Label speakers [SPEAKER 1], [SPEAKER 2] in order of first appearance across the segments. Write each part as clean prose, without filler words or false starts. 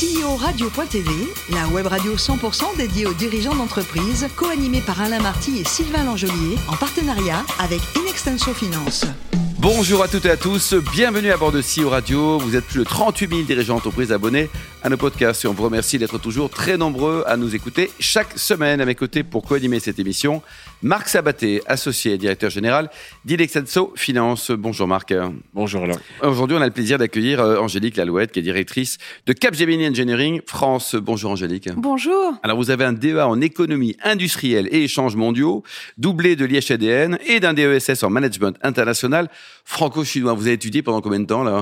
[SPEAKER 1] CEO Radio.tv, la web radio 100% dédiée aux dirigeants d'entreprise, co-animée par Alain Marty et Sylvain Langelier, en partenariat avec Inextenso Finance.
[SPEAKER 2] Bonjour à toutes et à tous, bienvenue à bord de CEO Radio. Vous êtes plus de 38 000 dirigeants d'entreprise abonnés à nos podcasts et on vous remercie d'être toujours très nombreux à nous écouter chaque semaine. À mes côtés pour co-animer cette émission, Marc Sabaté, associé et directeur général d'Inextenso Finance. Bonjour Marc.
[SPEAKER 3] Bonjour Alain.
[SPEAKER 2] Aujourd'hui, on a le plaisir d'accueillir Angélique Lalouette, qui est directrice de Capgemini Engineering France. Bonjour Angélique.
[SPEAKER 4] Bonjour.
[SPEAKER 2] Alors vous avez un DEA en économie industrielle et échanges mondiaux, doublé de l'IHEDN et d'un DESS en management international franco-chinois. Vous avez étudié pendant combien de temps là ?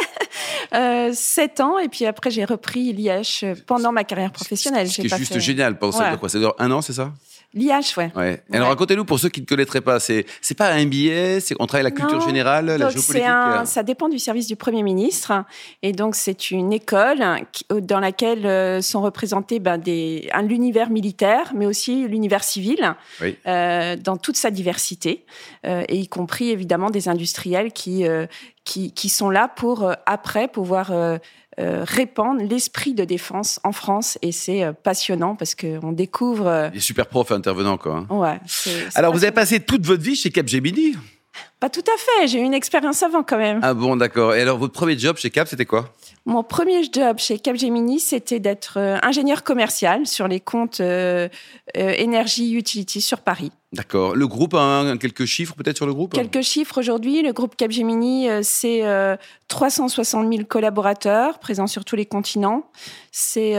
[SPEAKER 4] 7 ans, et puis après j'ai repris l'IH pendant ma carrière professionnelle.
[SPEAKER 2] Ce qui est juste génial. Pendant ça dure 1 an, c'est ça ?
[SPEAKER 4] L'IH, ouais.
[SPEAKER 2] Alors racontez-nous, pour ceux qui ne connaîtraient pas, c'est pas un MBA, on travaille la culture générale, la géopolitique.
[SPEAKER 4] Ça dépend du service du Premier ministre, et donc c'est une école dans laquelle sont représentés l'univers militaire, mais aussi l'univers civil, dans toute sa diversité, et y compris évidemment des industriels qui sont là pour après pouvoir répandre l'esprit de défense en France, et c'est passionnant parce qu'on découvre...
[SPEAKER 2] Des super profs intervenants, quoi.
[SPEAKER 4] Ouais.
[SPEAKER 2] Alors, vous avez passé toute votre vie chez Capgemini ?
[SPEAKER 4] Pas tout à fait, j'ai eu une expérience avant quand même.
[SPEAKER 2] Ah bon, d'accord. Et alors, votre premier job chez Cap, c'était quoi ? Mon premier
[SPEAKER 4] job chez Capgemini, c'était d'être ingénieur commercial sur les comptes Energy Utilities sur Paris.
[SPEAKER 2] D'accord. Le groupe a quelques chiffres peut-être sur le groupe ?
[SPEAKER 4] Quelques chiffres aujourd'hui. Le groupe Capgemini, c'est 360 000 collaborateurs présents sur tous les continents. C'est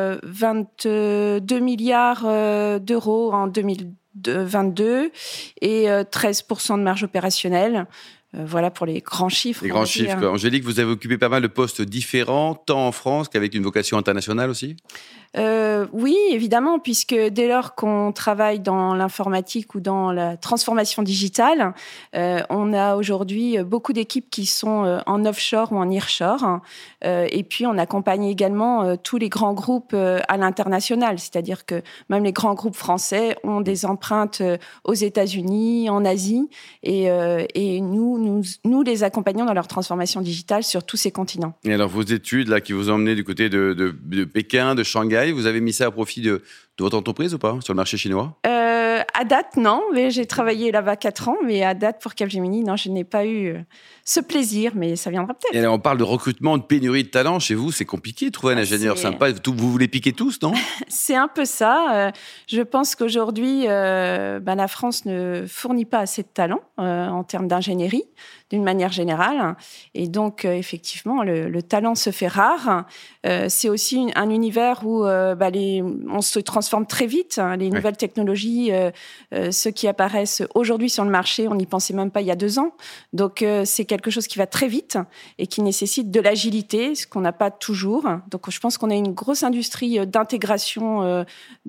[SPEAKER 4] 22 milliards d'euros en 2022 et 13% de marge opérationnelle. Voilà pour les grands chiffres.
[SPEAKER 2] Les grands chiffres. Angélique, vous avez occupé pas mal de postes différents, tant en France qu'avec une vocation internationale aussi ?
[SPEAKER 4] Oui, évidemment, puisque dès lors qu'on travaille dans l'informatique ou dans la transformation digitale, on a aujourd'hui beaucoup d'équipes qui sont en offshore ou en nearshore. Et puis, on accompagne également tous les grands groupes à l'international. C'est-à-dire que même les grands groupes français ont des empreintes aux États-Unis, en Asie. Et nous les accompagnons dans leur transformation digitale sur tous ces continents.
[SPEAKER 2] Et alors, vos études là, qui vous ont emmené du côté de Pékin, de Shanghai, vous avez mis ça à profit de votre entreprise ou pas, sur le marché chinois ?
[SPEAKER 4] À date, non. Mais j'ai travaillé là-bas 4 ans. Mais à date, pour Capgemini, non, je n'ai pas eu ce plaisir. Mais ça viendra peut-être.
[SPEAKER 2] Et alors, on parle de recrutement, de pénurie de talent. Chez vous, c'est compliqué de trouver un ingénieur sympa. Vous voulez piquer tous, non ?
[SPEAKER 4] C'est un peu ça. Je pense qu'aujourd'hui, la France ne fournit pas assez de talent en termes d'ingénierie, d'une manière générale. Et donc, effectivement, le talent se fait rare. C'est aussi un univers où on se transforme très vite. Les nouvelles technologies, ceux qui apparaissent aujourd'hui sur le marché, on n'y pensait même pas il y a 2 ans. Donc, c'est quelque chose qui va très vite et qui nécessite de l'agilité, ce qu'on n'a pas toujours. Donc, je pense qu'on a une grosse industrie d'intégration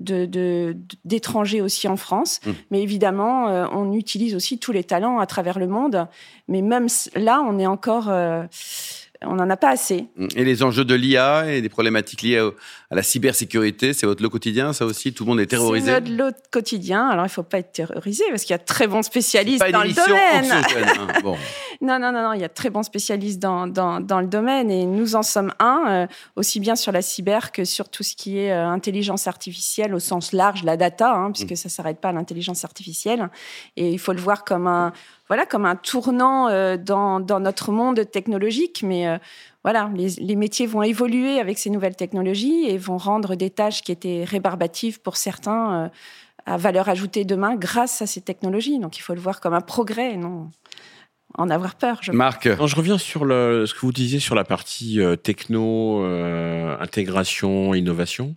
[SPEAKER 4] d'étrangers aussi en France. Mais évidemment, on utilise aussi tous les talents à travers le monde. Mais même là, on est encore... on n'en a pas assez.
[SPEAKER 2] Et les enjeux de l'IA et des problématiques liées à la cybersécurité, c'est votre lot quotidien, ça aussi ? Tout le monde est terrorisé ?
[SPEAKER 4] C'est notre lot quotidien. Alors, il ne faut pas être terrorisé parce qu'il y a de très bons spécialistes dans le domaine.
[SPEAKER 2] Bon.
[SPEAKER 4] Non, il y a de très bons spécialistes dans le domaine et nous en sommes un, aussi bien sur la cyber que sur tout ce qui est intelligence artificielle au sens large, la data, puisque ça ne s'arrête pas à l'intelligence artificielle. Et il faut le voir comme un tournant dans notre monde technologique. Mais les métiers vont évoluer avec ces nouvelles technologies et vont rendre des tâches qui étaient rébarbatives pour certains à valeur ajoutée demain grâce à ces technologies. Donc, il faut le voir comme un progrès, non en avoir peur.
[SPEAKER 2] Marc ?
[SPEAKER 3] Non, je reviens sur ce que vous disiez sur la partie techno, intégration, innovation.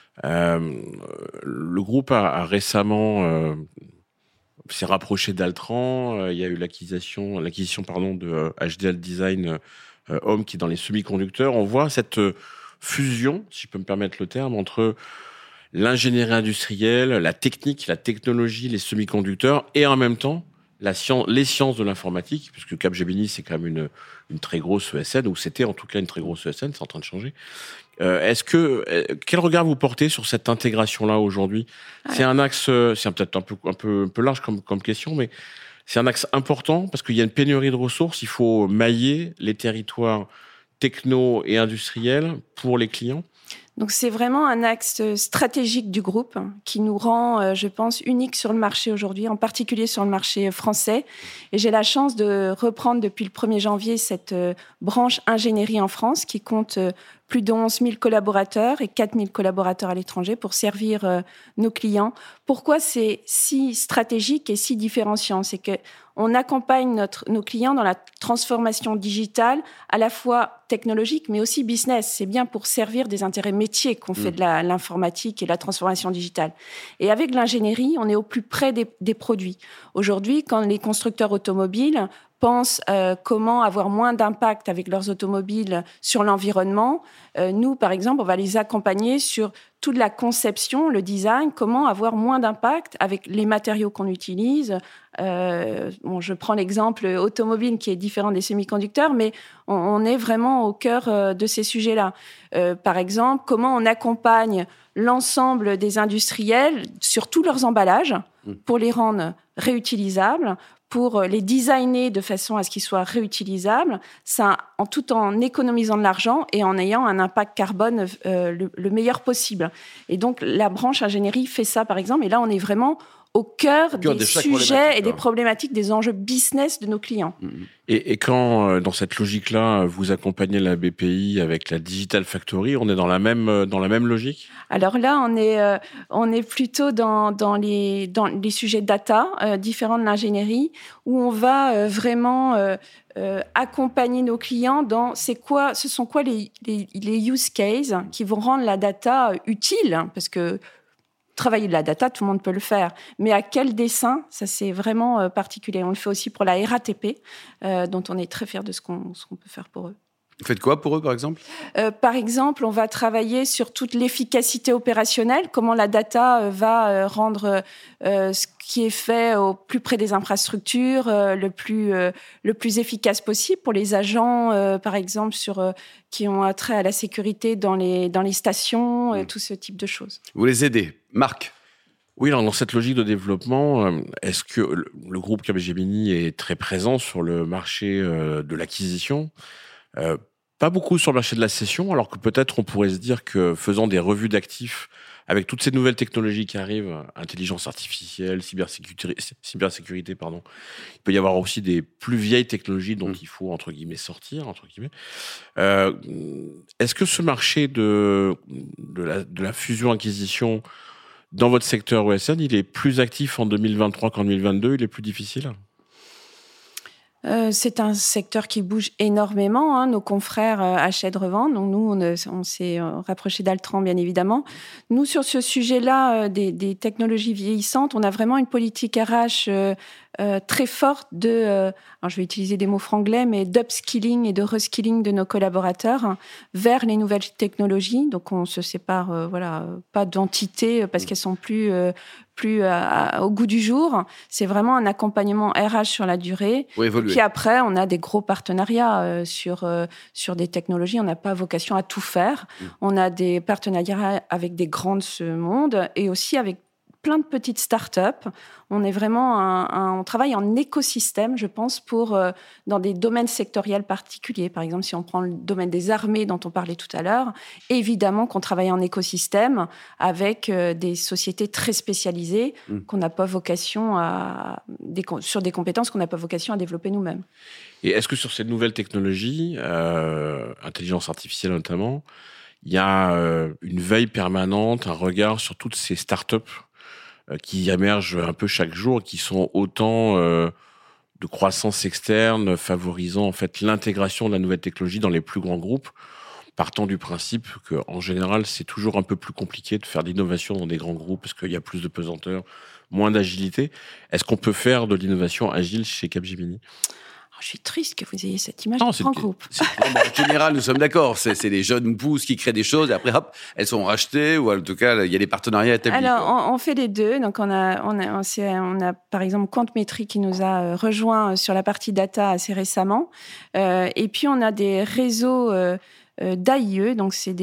[SPEAKER 3] Le groupe a récemment... s'est rapproché d'Altran. Il y a eu l'acquisition de HDL Design Home qui est dans les semi-conducteurs. On voit cette fusion, si je peux me permettre le terme, entre l'ingénierie industrielle, la technique, la technologie, les semi-conducteurs et en même temps les sciences de l'informatique, puisque Capgemini c'est quand même une très grosse ESN, ou c'était en tout cas une très grosse ESN, c'est en train de changer. Quel regard vous portez sur cette intégration-là aujourd'hui ? C'est un axe, c'est peut-être un peu large comme question, mais c'est un axe important parce qu'il y a une pénurie de ressources. Il faut mailler les territoires techno et industriels pour les clients.
[SPEAKER 4] Donc c'est vraiment un axe stratégique du groupe qui nous rend, je pense, unique sur le marché aujourd'hui, en particulier sur le marché français. Et j'ai la chance de reprendre depuis le 1er janvier cette branche ingénierie en France qui compte plus de 11 000 collaborateurs et 4 000 collaborateurs à l'étranger pour servir nos clients. Pourquoi c'est si stratégique et si différenciant ? C'est qu'on accompagne nos clients dans la transformation digitale, à la fois technologique, mais aussi business. C'est bien pour servir des intérêts métiers qu'on fait de l'informatique et de la transformation digitale. Et avec l'ingénierie, on est au plus près des produits. Aujourd'hui, quand les constructeurs automobiles pensent comment avoir moins d'impact avec leurs automobiles sur l'environnement, nous, par exemple, on va les accompagner sur toute la conception, le design, comment avoir moins d'impact avec les matériaux qu'on utilise. Je prends l'exemple automobile qui est différent des semi-conducteurs, mais on est vraiment au cœur de ces sujets-là. Par exemple, comment on accompagne l'ensemble des industriels sur tous leurs emballages pour les rendre réutilisables, pour les designer de façon à ce qu'ils soient réutilisables, ça, tout en économisant de l'argent et en ayant un impact carbone le meilleur possible. Et donc, la branche ingénierie fait ça, par exemple. Et là, on est vraiment au cœur des sujets et des problématiques, des enjeux business de nos clients.
[SPEAKER 3] Et quand, dans cette logique-là, vous accompagnez la BPI avec la Digital Factory, on est dans la même logique ?
[SPEAKER 4] Alors là, on est plutôt dans les sujets data, différents de l'ingénierie, où on va vraiment accompagner nos clients dans ce sont quoi les use cases qui vont rendre la data utile, parce que travailler de la data, tout le monde peut le faire. Mais à quel dessein ? Ça, c'est vraiment particulier. On le fait aussi pour la RATP, dont on est très fiers de ce qu'on peut faire pour eux.
[SPEAKER 2] Vous faites quoi pour eux, par exemple ?
[SPEAKER 4] Par exemple, on va travailler sur toute l'efficacité opérationnelle, comment la data va rendre ce qui est fait au plus près des infrastructures le plus efficace possible pour les agents, par exemple, qui ont attrait à la sécurité dans les stations, tout ce type de choses.
[SPEAKER 2] Vous les aidez. Marc ?
[SPEAKER 3] Oui, alors dans cette logique de développement, est-ce que le groupe Capgemini est très présent sur le marché de l'acquisition ? Pas beaucoup sur le marché de la cession, alors que peut-être on pourrait se dire que faisant des revues d'actifs avec toutes ces nouvelles technologies qui arrivent, intelligence artificielle, cybersécurité, il peut y avoir aussi des plus vieilles technologies dont il faut, entre guillemets, sortir, entre guillemets. Est-ce que ce marché de la fusion-acquisition dans votre secteur ESN, il est plus actif en 2023 qu'en 2022, il est plus difficile ?
[SPEAKER 4] C'est un secteur qui bouge énormément. Hein. Nos confrères achètent, revendent. Donc nous, on s'est rapproché d'Altran, bien évidemment. Nous, sur ce sujet-là, des technologies vieillissantes, on a vraiment une politique RH très forte alors je vais utiliser des mots franglais, mais d'upskilling et de reskilling de nos collaborateurs vers les nouvelles technologies. Donc on se sépare, pas d'entités parce qu'elles sont plus au goût du jour. C'est vraiment un accompagnement RH sur la durée. Puis après, on a des gros partenariats sur des technologies. On n'a pas vocation à tout faire. On a des partenariats avec des grands de ce monde et aussi avec plein de petites startups. On est vraiment on travaille en écosystème, je pense, dans des domaines sectoriels particuliers. Par exemple, si on prend le domaine des armées dont on parlait tout à l'heure, évidemment qu'on travaille en écosystème avec des sociétés très spécialisées qu'on n'a pas vocation sur des compétences qu'on n'a pas vocation à développer nous-mêmes.
[SPEAKER 3] Et est-ce que sur cette nouvelle technologie, intelligence artificielle notamment, il y a une veille permanente, un regard sur toutes ces startups qui émergent un peu chaque jour, qui sont autant de croissance externe, favorisant en fait l'intégration de la nouvelle technologie dans les plus grands groupes, partant du principe qu'en général, c'est toujours un peu plus compliqué de faire de l'innovation dans des grands groupes parce qu'il y a plus de pesanteur, moins d'agilité. Est-ce qu'on peut faire de l'innovation agile chez Capgemini ?
[SPEAKER 4] Je suis triste que vous ayez cette image de grand groupe.
[SPEAKER 2] En général, nous sommes d'accord. C'est les jeunes pousses qui créent des choses et après, hop, elles sont rachetées ou en tout cas, il y a des partenariats établis.
[SPEAKER 4] Alors, on fait les deux. Donc, on a par exemple Quantmetry qui nous a rejoint sur la partie data assez récemment. Et puis, on a des réseaux d'AIE. Donc, c'est des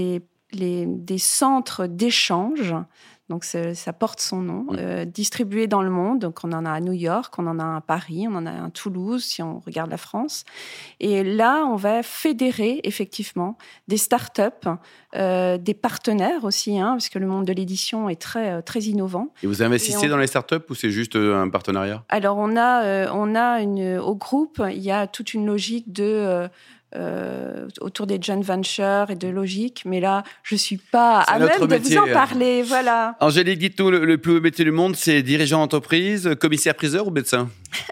[SPEAKER 4] des centres d'échange. Donc, ça porte son nom, distribués dans le monde. Donc, on en a à New York, on en a à Paris, on en a à Toulouse, si on regarde la France. Et là, on va fédérer, effectivement, des startups, des partenaires aussi, parce que le monde de l'édition est très, très innovant.
[SPEAKER 2] Et vous investissez dans les startups ou c'est juste un partenariat ?
[SPEAKER 4] Alors, au groupe, il y a toute une logique autour des joint ventures et de logique, mais là, je ne suis pas à même de vous en parler. Voilà.
[SPEAKER 2] Angélique, dites-nous, le plus beau métier du monde, c'est dirigeant d'entreprise, commissaire-priseur ou médecin ?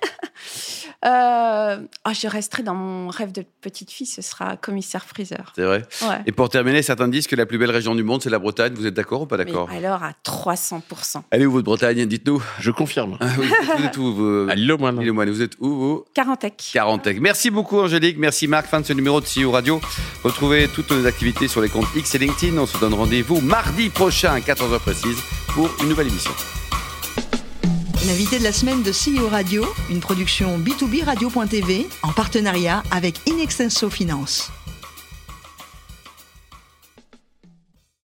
[SPEAKER 4] Je resterai dans mon rêve de petite fille, ce sera commissaire-priseur.
[SPEAKER 2] C'est vrai.
[SPEAKER 4] Ouais.
[SPEAKER 2] Et pour terminer, certains disent que la plus belle région du monde, c'est la Bretagne. Vous êtes d'accord ou pas d'accord ?
[SPEAKER 4] Mais alors, à 300%.
[SPEAKER 2] Elle est où, votre Bretagne ? Dites-nous.
[SPEAKER 3] Je confirme.
[SPEAKER 2] Vous êtes où
[SPEAKER 3] À Lille-aux-Moines.
[SPEAKER 2] Lille-aux-Moines. Vous êtes où, vous ?
[SPEAKER 4] Carantec.
[SPEAKER 2] Merci beaucoup, Angélique. Merci, Marc. Fin de ce numéro de CEO Radio. Retrouvez toutes nos activités sur les comptes X et LinkedIn. On se donne rendez-vous mardi prochain à 14h précise pour une nouvelle émission.
[SPEAKER 1] L'invité de la semaine de CEO Radio, une production B2B Radio.tv en partenariat avec Inextenso Finance.